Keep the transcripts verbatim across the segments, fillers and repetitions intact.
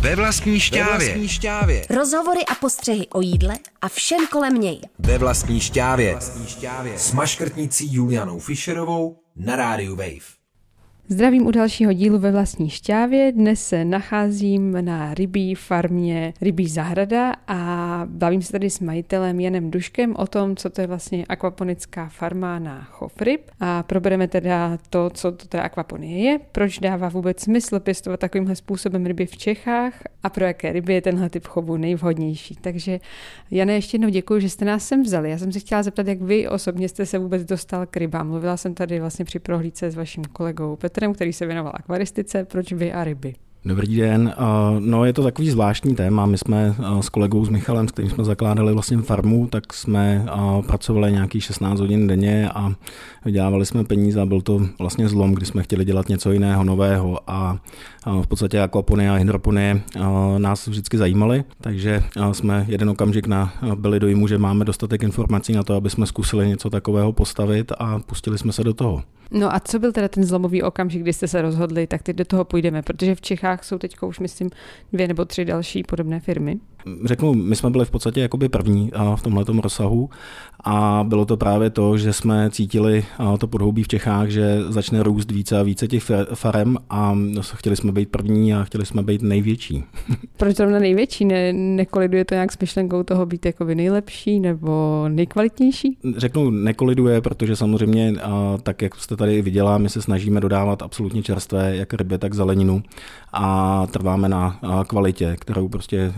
Ve vlastní šťávě. Ve vlastní šťávě. Rozhovory a postřehy o jídle a všem kolem něj. Ve vlastní šťávě. S maškrtnicí Julianou Fischerovou na rádiu Wave. Zdravím u dalšího dílu Ve vlastní šťávě. Dnes se nacházím na rybí farmě Rybí zahrada a bavím se tady s majitelem Janem Duškem o tom, co to je vlastně akvaponická farma na chov ryb. A probereme teda to, co to teda akvaponie je, proč dává vůbec smysl pěstovat takovýmhle způsobem ryby v Čechách a pro jaké ryby je tenhle typ chovu nejvhodnější. Takže Jane, ještě jednou děkuji, že jste nás sem vzali. Já jsem se chtěla zeptat, jak vy osobně jste se vůbec dostal k rybám. Mluvila jsem tady vlastně při prohlídce s vaším kolegou Petrem, který se věnoval akvaristice. Proč vy a ryby? Dobrý den. No, je to takový zvláštní téma. My jsme s kolegou s Michalem, s kterým jsme zakládali vlastně farmu, tak jsme pracovali nějakých šestnáct hodin denně a vydělávali jsme peníze a byl to vlastně zlom, kdy jsme chtěli dělat něco jiného, nového a v podstatě akvaponie a hydroponie nás vždycky zajímaly, takže jsme jeden okamžik byli dojmu, že máme dostatek informací na to, aby jsme zkusili něco takového postavit a pustili jsme se do toho. No a co byl teda ten zlomový okamžik, kdy jste se rozhodli, tak teď do toho půjdeme, protože v Čechách jsou teď už myslím dvě nebo tři další podobné firmy. Řeknu, my jsme byli v podstatě jakoby první v tomhletom rozsahu a bylo to právě to, že jsme cítili to podhoubí v Čechách, že začne růst více a více těch farem a chtěli jsme být první a chtěli jsme být největší. Proč zrovna největší? Ne, nekoliduje to nějak s myšlenkou toho být jakoby nejlepší nebo nejkvalitnější? Řeknu, nekoliduje, protože samozřejmě tak, jak jste tady viděla, my se snažíme dodávat absolutně čerstvé, jak ryby, tak zeleninu a trváme na kvalitě, kterou prostě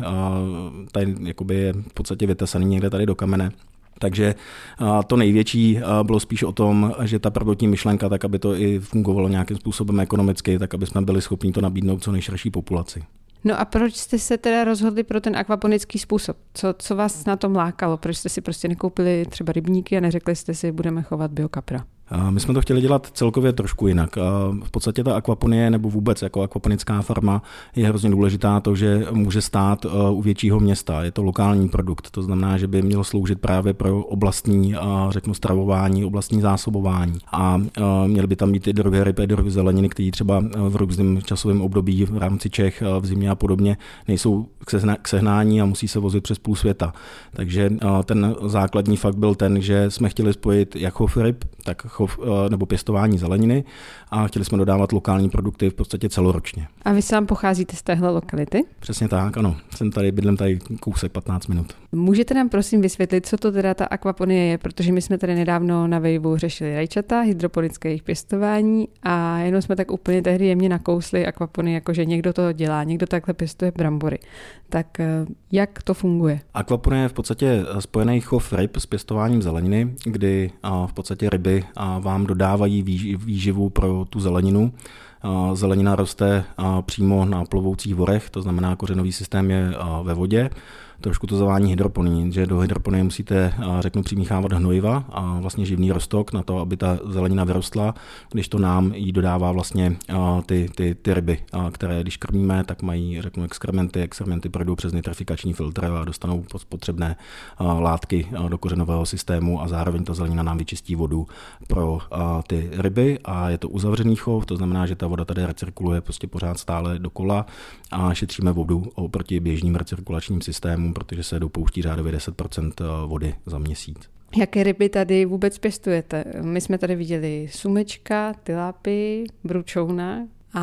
tady jakoby je v podstatě vytesaný někde tady do kamene. Takže to největší bylo spíš o tom, že ta prvotní myšlenka, tak aby to i fungovalo nějakým způsobem ekonomicky, tak aby jsme byli schopni to nabídnout co nejširší populaci. No a proč jste se teda rozhodli pro ten akvaponický způsob? Co, co vás na tom lákalo? Proč jste si prostě nekoupili třeba rybníky a neřekli jste si, budeme chovat biokapra? My jsme to chtěli dělat celkově trošku jinak. V podstatě ta akvaponie nebo vůbec jako akvaponická farma je hrozně důležitá to, že může stát u většího města. Je to lokální produkt, to znamená, že by měl sloužit právě pro oblastní, řeknu, stravování, oblastní zásobování. A měly by tam být i druhy ryb, druhy zeleniny, které třeba v různém časovém období v rámci Čech, v zimě a podobně nejsou k sehnání a musí se vozit přes půl světa. Takže ten základní fakt byl ten, že jsme chtěli spojit jak chov ryb, tak chov nebo pěstování zeleniny a chtěli jsme dodávat lokální produkty v podstatě celoročně. A vy sám pocházíte z téhle lokality? Přesně tak, ano. Jsem tady, bydlím tady kousek patnáct minut. Můžete nám prosím vysvětlit, co to teda ta akvaponie je, protože my jsme tady nedávno na Waveu řešili rajčata, hydroponické jejich pěstování a jenom jsme tak úplně tehdy jemně nakousli akvaponie, jakože někdo to dělá, někdo takhle pěstuje brambory. Tak jak to funguje? Akvaponie je v podstatě spojený chov ryb s pěstováním zeleniny, kdy v podstatě ryby vám dodávají výživu pro tu zeleninu. Zelenina roste přímo na plovoucích vorech, to znamená kořenový systém je ve vodě. Trošku to zavání hydroponie, že do hydroponie musíte, řeknu, přimíchávat hnojiva a vlastně živný roztok na to, aby ta zelenina vyrostla, když to nám jí dodává vlastně ty, ty, ty ryby, které když krmíme, tak mají, řeknu, exkrementy, exkrementy projdou přes nitrifikační filtr a dostanou potřebné látky do kořenového systému a zároveň ta zelenina nám vyčistí vodu pro ty ryby a je to uzavřený chov, to znamená, že ta voda tady recirkuluje prostě pořád stále dokola a šetříme vodu oproti běžným recirkulačním systémům, protože se dopouští řádově deset procent vody za měsíc. Jaké ryby tady vůbec pěstujete? My jsme tady viděli sumečka, tilápy, bručouna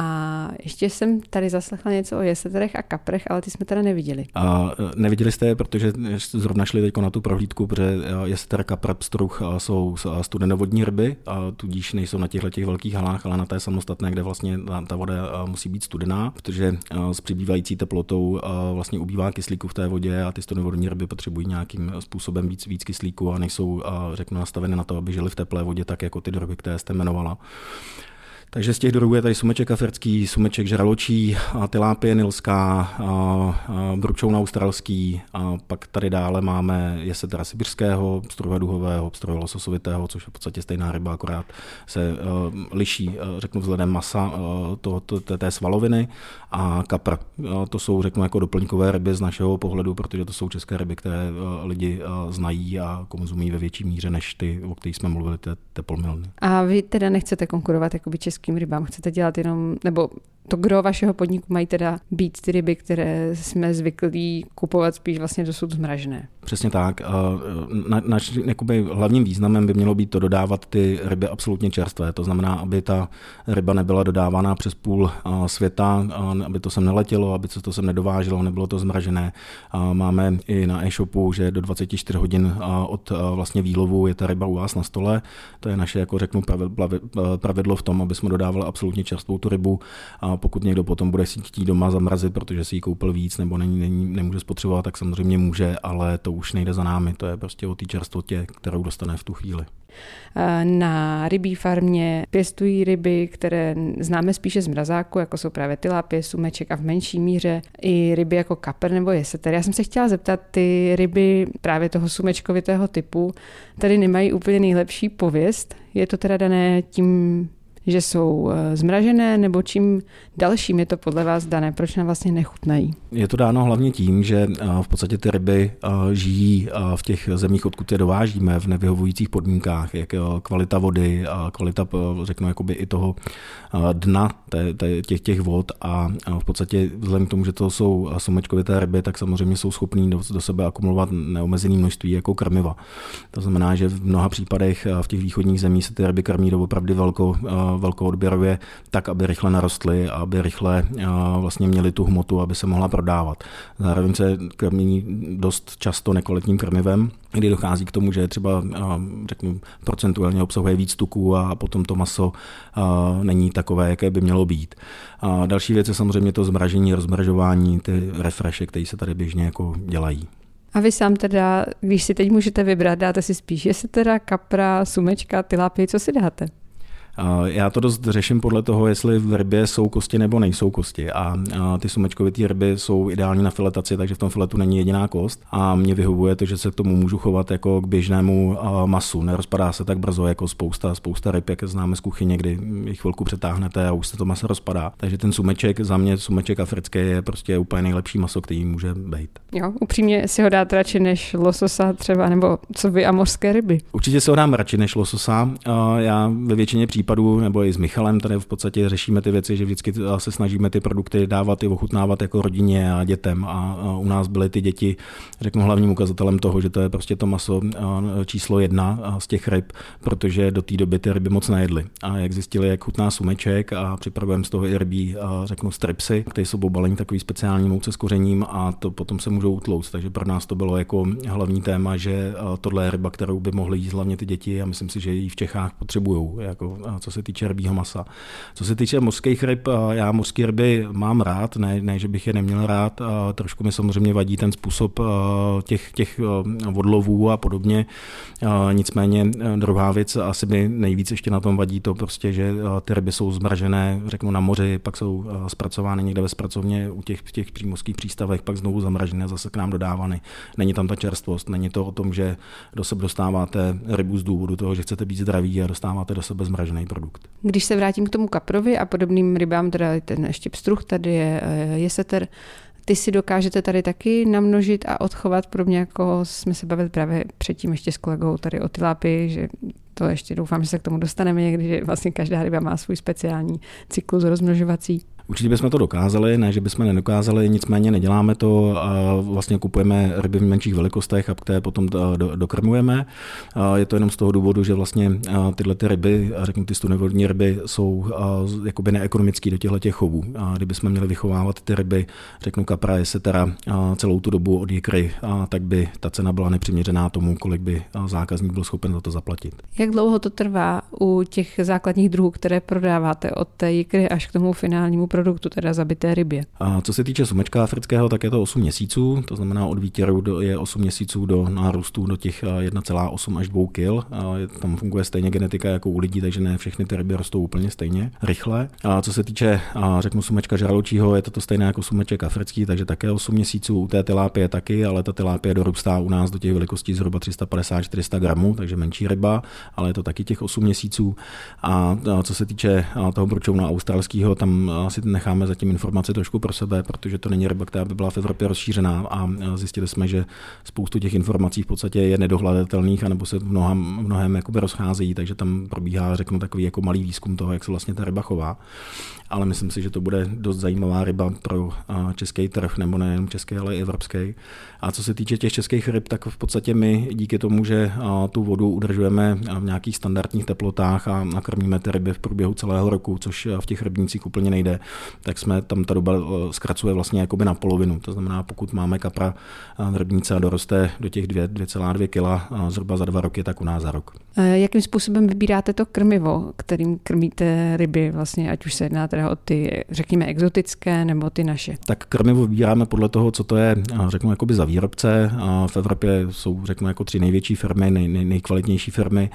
a ještě jsem tady zaslechla něco o jeseterech a kaprech, ale ty jsme teda neviděli. A neviděli jste je, protože zrovna šli teď na tu prohlídku, protože jeseter, kapr, pstruh jsou studenovodní ryby, a tudíž nejsou na těchto těch velkých halách, ale na té samostatné, kde vlastně ta voda musí být studená, protože s přibývající teplotou vlastně ubývá kyslíku v té vodě a ty studenovodní ryby potřebují nějakým způsobem víc, víc kyslíku a nejsou, řeknu, nastaveny na to, aby žili v teplé vodě, tak jako ty druhy, které jste jmenovala. Takže z těch druhů je tady sumeček africký, sumeček žraločí, tilápie nilská, bručoun australský, a pak tady dále máme jesetera sibirského, pstruha duhového, pstruha lososovitého, což je v podstatě stejná ryba, akorát se uh, liší, uh, řeknu, vzhledem masa uh, to, to, té svaloviny, a kapr. Uh, to jsou, řeknu, jako doplňkové ryby z našeho pohledu, protože to jsou české ryby, které uh, lidi uh, znají a konzumují ve větší míře než ty, o kterých jsme mluvili, ty, ty polmilny. A vy teda nechcete konkurovat jakoby českým rybám, chcete dělat jenom, nebo to gro vašeho podniku mají teda být ty ryby, které jsme zvyklí kupovat spíš vlastně dosud zmražené. Přesně tak. Na, naš, jakoby hlavním významem by mělo být to dodávat ty ryby absolutně čerstvé. To znamená, aby ta ryba nebyla dodávána přes půl světa, aby to sem neletělo, aby se to sem nedováželo, nebylo to zmražené. Máme i na e-shopu, že do dvacet čtyři hodin od vlastně výlovu je ta ryba u vás na stole. To je naše, jako řeknu, pravidlo v tom, aby jsme dodávali absolutně čerstvou tu rybu. A pokud někdo potom bude si chtít doma zamrazit, protože si ji koupil víc nebo není, není, nemůže spotřebovat, tak samozřejmě může, ale to už nejde za námi. To je prostě o té čerstvotě, kterou dostane v tu chvíli. Na rybí farmě pěstují ryby, které známe spíše z mrazáku, jako jsou právě tilápie, sumeček a v menší míře i ryby jako kapr nebo jeseter. Já jsem se chtěla zeptat, ty ryby právě toho sumečkovitého typu tady nemají úplně nejlepší pověst. Je to teda dané tím, že jsou zmražené, nebo čím dalším je to podle vás dané? Proč nám vlastně nechutnají? Je to dáno hlavně tím, že v podstatě ty ryby žijí v těch zemích, odkud je dovážíme, v nevyhovujících podmínkách, jak kvalita vody a kvalita, řeknu, jakoby i toho dna těch, těch vod a v podstatě vzhledem k tomu, že to jsou sumečkovité ryby, tak samozřejmě jsou schopní do, do sebe akumulovat neomezené množství jako krmiva. To znamená, že v mnoha případech v těch východních zemích se ty ryby krmí doopravdy velkou velkoodběrově, tak, aby rychle narostly a aby rychle vlastně měly tu hmotu, aby se mohla prodávat. Zároveň se krmí dost často nekvalitním krmivem, kdy dochází k tomu, že třeba, řeknu, procentuálně obsahuje víc tuků a potom to maso není takové, jaké by mělo být. A další věc je samozřejmě to zmražení, rozmražování, ty refreshe, které se tady běžně jako dělají. A vy sám teda, když si teď můžete vybrat, dáte si spíš jesetera, kapra, sumečka, tilápii, co si dáte? Já to dost řeším podle toho, jestli v rybě jsou kosti nebo nejsou kosti. A ty sumečkovité ryby jsou ideální na filetaci, takže v tom filetu není jediná kost. A mě vyhovuje to, že se k tomu můžu chovat jako k běžnému masu. Nerozpadá se tak brzo jako spousta, spousta ryb, jak známe z kuchyně, kdy jich chvilku přetáhnete a už se to maso rozpadá. Takže ten sumeček, za mě sumeček africký je prostě úplně nejlepší maso, který může být. Jo, upřímně si ho dát radši než lososa třeba, nebo co vy a mořské ryby? Určitě si ho dám radši než lososa. Já ve většině případů případů, nebo i s Michalem, tady v podstatě řešíme ty věci, že vždycky se snažíme ty produkty dávat i ochutnávat jako rodině a dětem. A u nás byly ty děti, řeknu, hlavním ukazatelem toho, že to je prostě to maso číslo jedna z těch ryb, protože do té doby ty ryby moc nejedly. A jak zjistili, jak chutná sumeček a připravujeme z toho i rybí, řeknu, stripsy, které jsou obalení takový speciální mouce s kořením a to potom se můžou utlouct. Takže pro nás to bylo jako hlavní téma, že tohle je ryba, kterou by mohly jíst hlavně ty děti a myslím si, že ji v Čechách potřebujou, jako co se týče rybího masa. Co se týče mořských ryb, já mořské ryby mám rád, ne, ne, že bych je neměl rád, trošku mi samozřejmě vadí ten způsob těch, těch odlovů a podobně. Nicméně druhá věc, asi mi nejvíc ještě na tom vadí to prostě, že ty ryby jsou zmražené, řeknu, na moři, pak jsou zpracovány někde ve zpracovně u těch, v těch přímořských přístavech, pak znovu zamražené, zase k nám dodávány. Není tam ta čerstvost, není to o tom, že do sebe dostáváte rybu z důvodu toho, že chcete být zdraví a dostáváte do sebe zmražený produkt. Když se vrátím k tomu kaprovi a podobným rybám, teda ten ještě pstruh, tady je jeseter, ty si dokážete tady taky namnožit a odchovat, podobně jako jsme se bavili právě předtím ještě s kolegou tady o tilápii, že to ještě doufám, že se k tomu dostaneme někdy, že vlastně každá ryba má svůj speciální cyklus rozmnožovací. Určitě bychom to dokázali, ne, že bychom nedokázali, nicméně neděláme to a vlastně kupujeme ryby v menších velikostech a které potom dokrmujeme. Je to jenom z toho důvodu, že vlastně tyhle ty ryby, řeknu ty studenevodní ryby, jsou jakoby neekonomický do těchto těch chovů. Kdybychom měli vychovávat ty ryby, řeknu kapra, jesetera celou tu dobu od jikry, tak by ta cena byla nepřiměřená tomu, kolik by zákazník byl schopen za to zaplatit. Jak dlouho to trvá u těch základních druhů, které prodáváte od té jikry až k tomu finálnímu produktu, teda zabité rybě? A co se týče sumečka afrického, tak je to osm měsíců, to znamená od výtěru do, je osm měsíců do nárůstu do těch jedna celá osm až dva kil. Tam funguje stejně genetika jako u lidí, takže ne všechny ty ryby rostou úplně stejně rychle. A co se týče, řeknu, sumečka žraločího, je to to stejné jako sumeček africký, takže také osm měsíců, u té tilápie taky, ale ta tilápie dorůstá u nás do těch velikostí zhruba tři sta padesát až čtyři sta gramů, takže menší ryba, ale je to taky těch osm měsíců. A co se týče toho bročouna australského, tam asi necháme zatím informaci trošku pro sebe, protože to není ryba, která by byla v Evropě rozšířená a zjistili jsme, že spoustu těch informací v podstatě je nedohledatelných anebo se v mnohem, mnohem jakoby rozcházejí, takže tam probíhá, řeknu, takový jako malý výzkum toho, jak se vlastně ta ryba chová. Ale myslím si, že to bude dost zajímavá ryba pro český trh, nebo nejen český, ale i evropský. A co se týče těch českých ryb, tak v podstatě my díky tomu, že tu vodu udržujeme v nějakých standardních teplotách a nakrmíme ty ryby v průběhu celého roku, což v těch rybnících úplně nejde, tak jsme tam ta doba zkracuje vlastně jakoby na polovinu. To znamená, pokud máme kapra v rybníce a doroste do těch dvě celá dvě kila zhruba za dva roky, tak u nás za rok. Jakým způsobem vybíráte to krmivo, kterým krmíte ryby, vlastně, ať už se jedná teda o ty, řekněme, exotické nebo ty naše? Tak krmivo vybíráme podle toho, co to je, řeknu, jakoby za výrobce. V Evropě jsou, řeknu, jako tři největší firmy, nej, nej, nejkvalitnější firmy.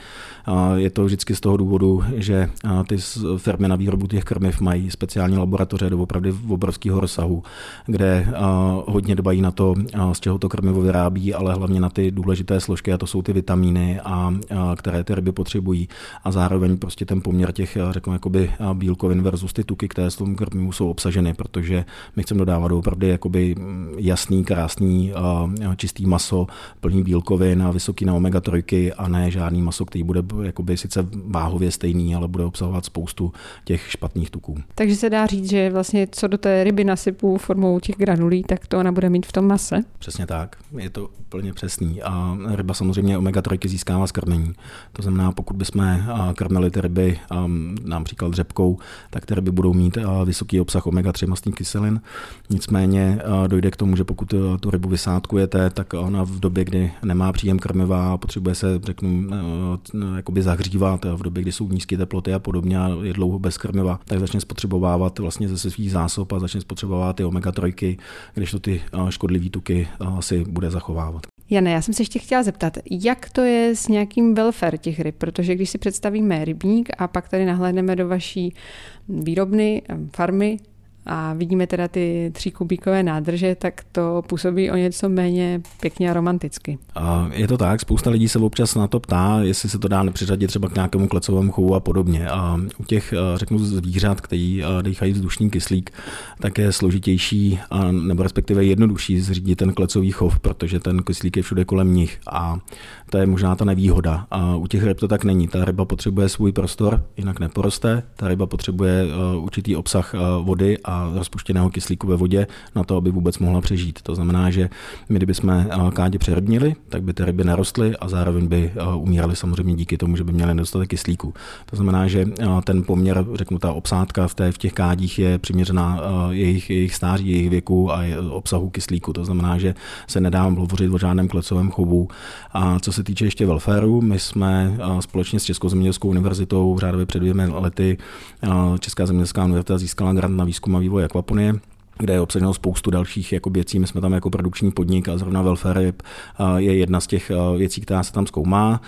Je to vždycky z toho důvodu, že ty firmy na výrobu těch krmiv mají speciální laboratoře doopravdy v obrovského rozsahu, kde hodně dbají na to, z čeho to krmivo vyrábí, ale hlavně na ty důležité složky, a to jsou ty vitamíny, a, které ty ryby potřebují. A zároveň prostě ten poměr těch, řeknu, jakoby bílkovin versus ty tuky, které v tom krmivu jsou obsaženy, protože my chceme dodávat opravdu jakoby jasný, krásný, čistý maso, plný bílkovin a vysoký na omega tři a ne žádný maso, který bude jakoby sice váhově stejný, ale bude obsahovat spoustu těch špatných tuků. Takže se dá říct, že vlastně co do té ryby nasypu formou těch granulí, tak to ona bude mít v tom mase? Přesně tak, je to úplně přesný. A ryba samozřejmě omega tři získává z krmení. To znamená, pokud bychom krmili ty ryby například řepkou, tak ty ryby budou mít vysoký obsah omega tři mastných kyselin. Nicméně dojde k tomu, že pokud tu rybu vysádkujete, tak ona v době, kdy nemá příjem krmiva a potřebuje se, řeknu, jakoby zahřívat v době, kdy jsou nízké teploty a podobně a je dlouho bez krmiva, tak začne spotřebovávat vlastně ze svých zásob a začne spotřebovávat ty omega tři, když to ty škodlivý tuky si bude zachovávat. Jane, já jsem se ještě chtěla zeptat, jak to je s nějakým welfare těch ryb, protože když si představíme rybník a pak tady nahlédneme do vaší výrobny, farmy, a vidíme teda ty tříkubíkové nádrže, tak to působí o něco méně pěkně a romanticky. Je to tak, spousta lidí se občas na to ptá, jestli se to dá nepřiřadit třeba k nějakému klecovému chovu a podobně. A u těch, řeknu, zvířat, který dýchají vzdušný kyslík, tak je složitější, nebo respektive jednodušší zřídit ten klecový chov, protože ten kyslík je všude kolem nich a to je možná ta nevýhoda. A u těch ryb to tak není. Ta ryba potřebuje svůj prostor, jinak neporoste. Ta ryba potřebuje určitý obsah vody a rozpuštěného kyslíku ve vodě na to, aby vůbec mohla přežít. To znamená, že my kdybychom kádě přerybnili, tak by ty ryby nerostly a zároveň by umíraly samozřejmě díky tomu, že by měly nedostatek kyslíku. To znamená, že ten poměr, řeknu, ta obsádka v, té, v těch kádích je přiměřená jejich, jejich stáří, jejich věku a obsahu kyslíku. To znamená, že se nedá hovořit o žádném klecovém chovu. A co se týče ještě welfareu, my jsme společně s Českou zemědělskou univerzitou řádově před dvěmi lety Česká zemědělská univerzita získala grant na výzkum a vývoj akvaponie, kde je obsaženo spoustu dalších jako věcí. My jsme tam jako produkční podnik a zrovna welfare ryb je jedna z těch věcí, která se tam zkoumá.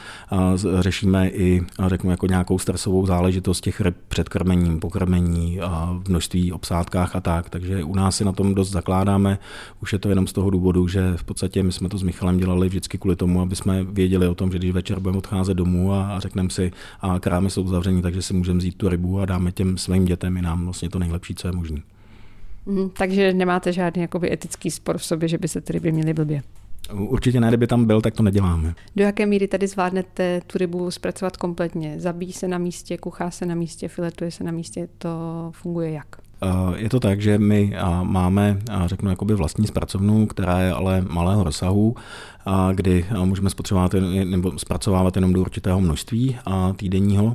Řešíme i, řeknu, jako nějakou stresovou záležitost těch ryb před krmením, pokrmení, v množství, obsádkách a tak. Takže u nás si na tom dost zakládáme. Už je to jenom z toho důvodu, že v podstatě my jsme to s Michalem dělali vždycky kvůli tomu, aby jsme věděli o tom, že když večer budeme odcházet domů a řekneme si, a krámy jsou zavření, takže si můžeme vzít tu rybu a dáme těm svým dětem i nám vlastně to nejlepší, co je možné. Mm, takže nemáte žádný jakoby etický spor v sobě, že by se ty ryby měly blbě? Určitě ne, kdyby tam byl, tak to neděláme. Do jaké míry tady zvládnete tu rybu zpracovat kompletně? Zabíjí se na místě, kuchá se na místě, filetuje se na místě, to funguje jak? Je to tak, že my máme, řeknu, jakoby vlastní zpracovnu, která je ale malého rozsahu, kdy můžeme spotřebovat nebo zpracovávat jenom do určitého množství týdenního.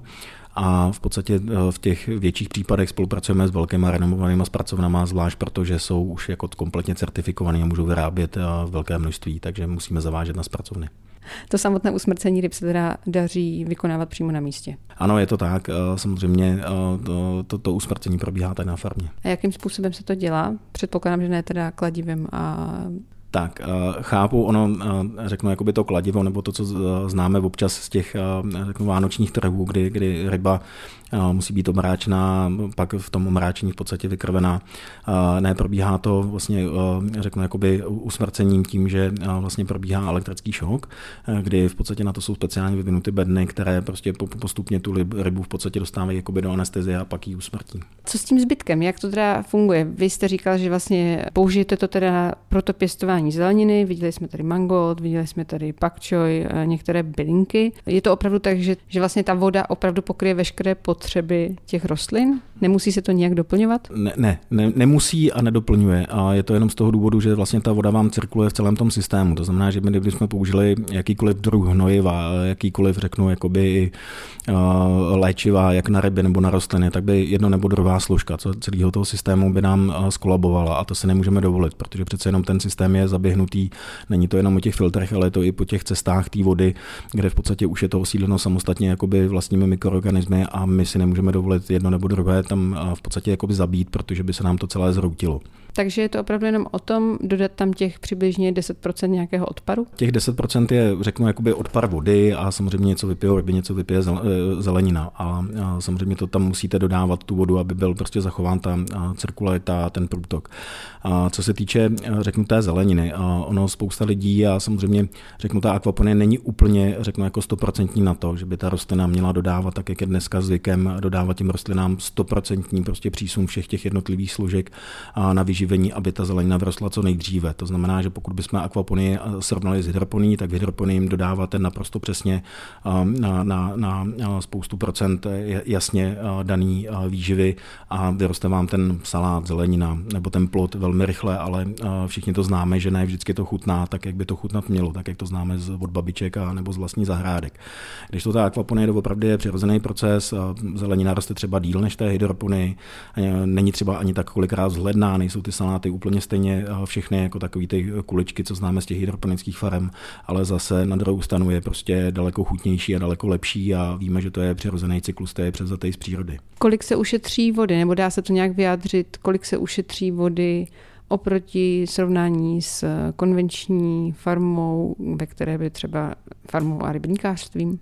A v podstatě v těch větších případech spolupracujeme s velkými renomovanými zpracovnami, zvlášť protože jsou už jako kompletně certifikovaný a můžou vyrábět velké množství, takže musíme zavážet na zpracovny. To samotné usmrcení ryb se teda daří vykonávat přímo na místě? Ano, je to tak. Samozřejmě to, to, to usmrcení probíhá tady na farmě. A jakým způsobem se to dělá? Předpokládám, že ne teda kladivem a Tak, chápu, ono, řeknu, jakoby to kladivo, nebo to, co známe občas z těch, řeknu, vánočních trhů, kdy, kdy ryba musí být omráčená, pak v tom omráčení v podstatě vykrvená. Ne, probíhá to vlastně, řeknu, jakoby usmrcením tím, že vlastně probíhá elektrický šok, kdy v podstatě na to jsou speciálně vyvinuty bedny, které prostě postupně tu rybu v podstatě dostávají jakoby do anestezie a pak ji usmrtí. Co s tím zbytkem? Jak to teda funguje? Vy jste říkal, že vlastně použijete to teda pro to pěstování zeleniny, viděli jsme tady mangold, viděli jsme tady pak choi, některé bylinky. Je to opravdu tak, že, že vlastně ta voda opravdu pokryje veškeré potřeby těch rostlin? Nemusí se to nějak doplňovat? Ne, ne, ne, nemusí a nedoplňuje. A je to jenom z toho důvodu, že vlastně ta voda vám cirkuluje v celém tom systému. To znamená, že my, když jsme použili jakýkoliv druh hnojiva, jakýkoliv, řeknu, jakoby uh, léčiva, jak na ryby nebo na rostliny, tak by jedno nebo druhá složka celého toho systému by nám uh, skolabovala a to se nemůžeme dovolit, protože přece jenom ten systém je zaběhnutý. Není to jenom o těch filtrech, ale je to i po těch cestách té vody, kde v podstatě už je to osídleno samostatně jakoby vlastními mikroorganismy a my si nemůžeme dovolit jedno nebo druhé tam v podstatě jakoby zabít, protože by se nám to celé zhroutilo. Takže je to opravdu jenom o tom dodat tam těch přibližně deset procent nějakého odparu? Těch deset procent je, řeknu, jakoby odpar vody a samozřejmě něco vypije ryby, něco vypije zelenina. A samozřejmě to tam musíte dodávat tu vodu, aby byl prostě zachován ta cirkularita, ten průtok. A co se týče, řeknu, té zeleniny, a ono spousta lidí a samozřejmě, řeknu, ta akvaponie není úplně, řeknu, jako stoprocentní na to, že by ta rostlina měla dodávat, tak jak je dneska zvykem, dodávat těm rostlinám stoprocentní prostě přísun všech těch jednotlivých složek na vyživení, aby ta zelenina vyrostla co nejdříve. To znamená, že pokud bychom akvaponii srovnali s hydroponií, tak v hydroponii jim dodáváte naprosto přesně na, na, na spoustu procent jasně daný výživy a vyroste vám ten salát, zelenina nebo ten plod velmi rychle, ale všichni to známe, že ne vždycky to chutná tak, jak by to chutnat mělo, tak jak to známe od babiček a nebo z vlastní zahrádek. Když to ta akvaponie opravdu je přirozený proces, zelenina roste třeba díl než té hydroponii, není třeba ani tak kolikrát vzhledná, nejsou ty saláty úplně stejně všechny jako takový ty kuličky, co známe z těch hydroponických farem, ale zase na druhou stranu je prostě daleko chutnější a daleko lepší a víme, že to je přirozený cyklus, to je převzatý z přírody. Kolik se ušetří vody, nebo dá se to nějak vyjádřit, kolik se ušetří vody oproti srovnání s konvenční farmou, ve které by třeba farmou a rybníkářstvím?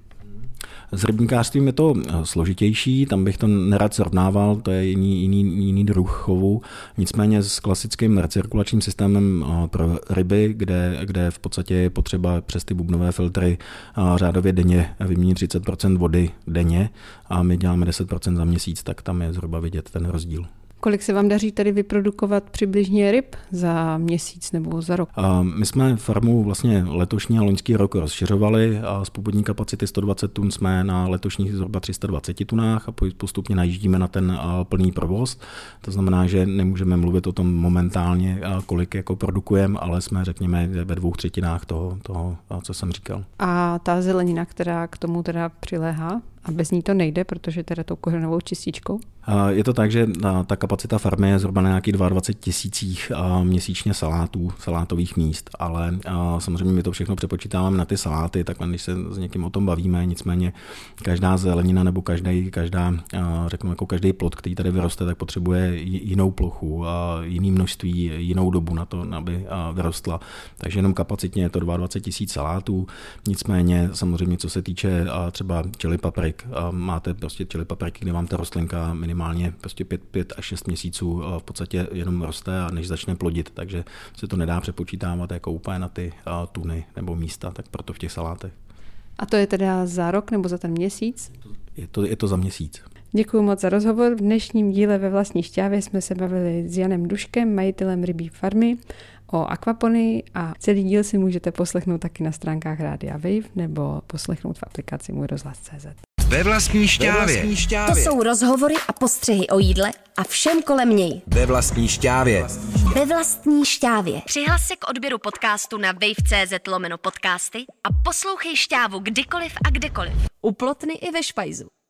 S rybníkářstvím je to složitější, tam bych to nerad srovnával, to je jiný, jiný, jiný druh chovu. Nicméně s klasickým recirkulačním systémem pro ryby, kde, kde v podstatě je potřeba přes ty bubnové filtry řádově denně vyměnit třicet procent vody denně a my děláme deset procent za měsíc, tak tam je zhruba vidět ten rozdíl. Kolik se vám daří tady vyprodukovat přibližně ryb za měsíc nebo za rok? My jsme farmu vlastně letošní a loňský rok rozšiřovali a z původní kapacity sto dvacet tun jsme na letošních zhruba tři sta dvacet tunách a postupně najíždíme na ten plný provoz. To znamená, že nemůžeme mluvit o tom momentálně, kolik jako produkujeme, ale jsme, řekněme, ve dvou třetinách toho, toho, co jsem říkal. A ta zelenina, která k tomu teda přiléhá? A bez ní to nejde, protože teda tou kořenovou čističkou? Je to tak, že ta kapacita farmy je zhruba na nějakých dvacet dva tisících měsíčně salátů, salátových míst, ale samozřejmě my to všechno přepočítáváme na ty saláty, takhle když se s někým o tom bavíme, nicméně každá zelenina nebo každý, každá, řeknu jako každý plod, který tady vyroste, tak potřebuje jinou plochu, jiný množství, jinou dobu na to, aby vyrostla. Takže jenom kapacitně je to dvacet dva tisíc salátů, nicméně samozřejmě co se týče třeba chili paprik, máte prostě chili papriky, kde vám ta rostlinka minimálně prostě pět až šest měsíců v podstatě jenom roste a než začne plodit, takže se to nedá přepočítávat jako úplně na ty tuny nebo místa, tak proto v těch salátech. A to je teda za rok nebo za ten měsíc? Je to, je to za měsíc. Děkuji moc za rozhovor. V dnešním díle Ve vlastní šťávě jsme se bavili s Janem Duškem, majitelem rybí farmy, o akvaponii a celý díl si můžete poslechnout taky na stránkách Rádia Wave nebo poslechnout v aplikaci Můj rozhlas tečka cé zet. Ve vlastní šťávě. To jsou rozhovory a postřehy o jídle a všem kolem něj. Ve vlastní šťávě. Ve vlastní šťávě. Přihlas se k odběru podcastu na wave tečka cé zet lomeno podcasty a poslouchej šťávu kdykoliv a kdekoliv. U Plotny i ve Špajzu.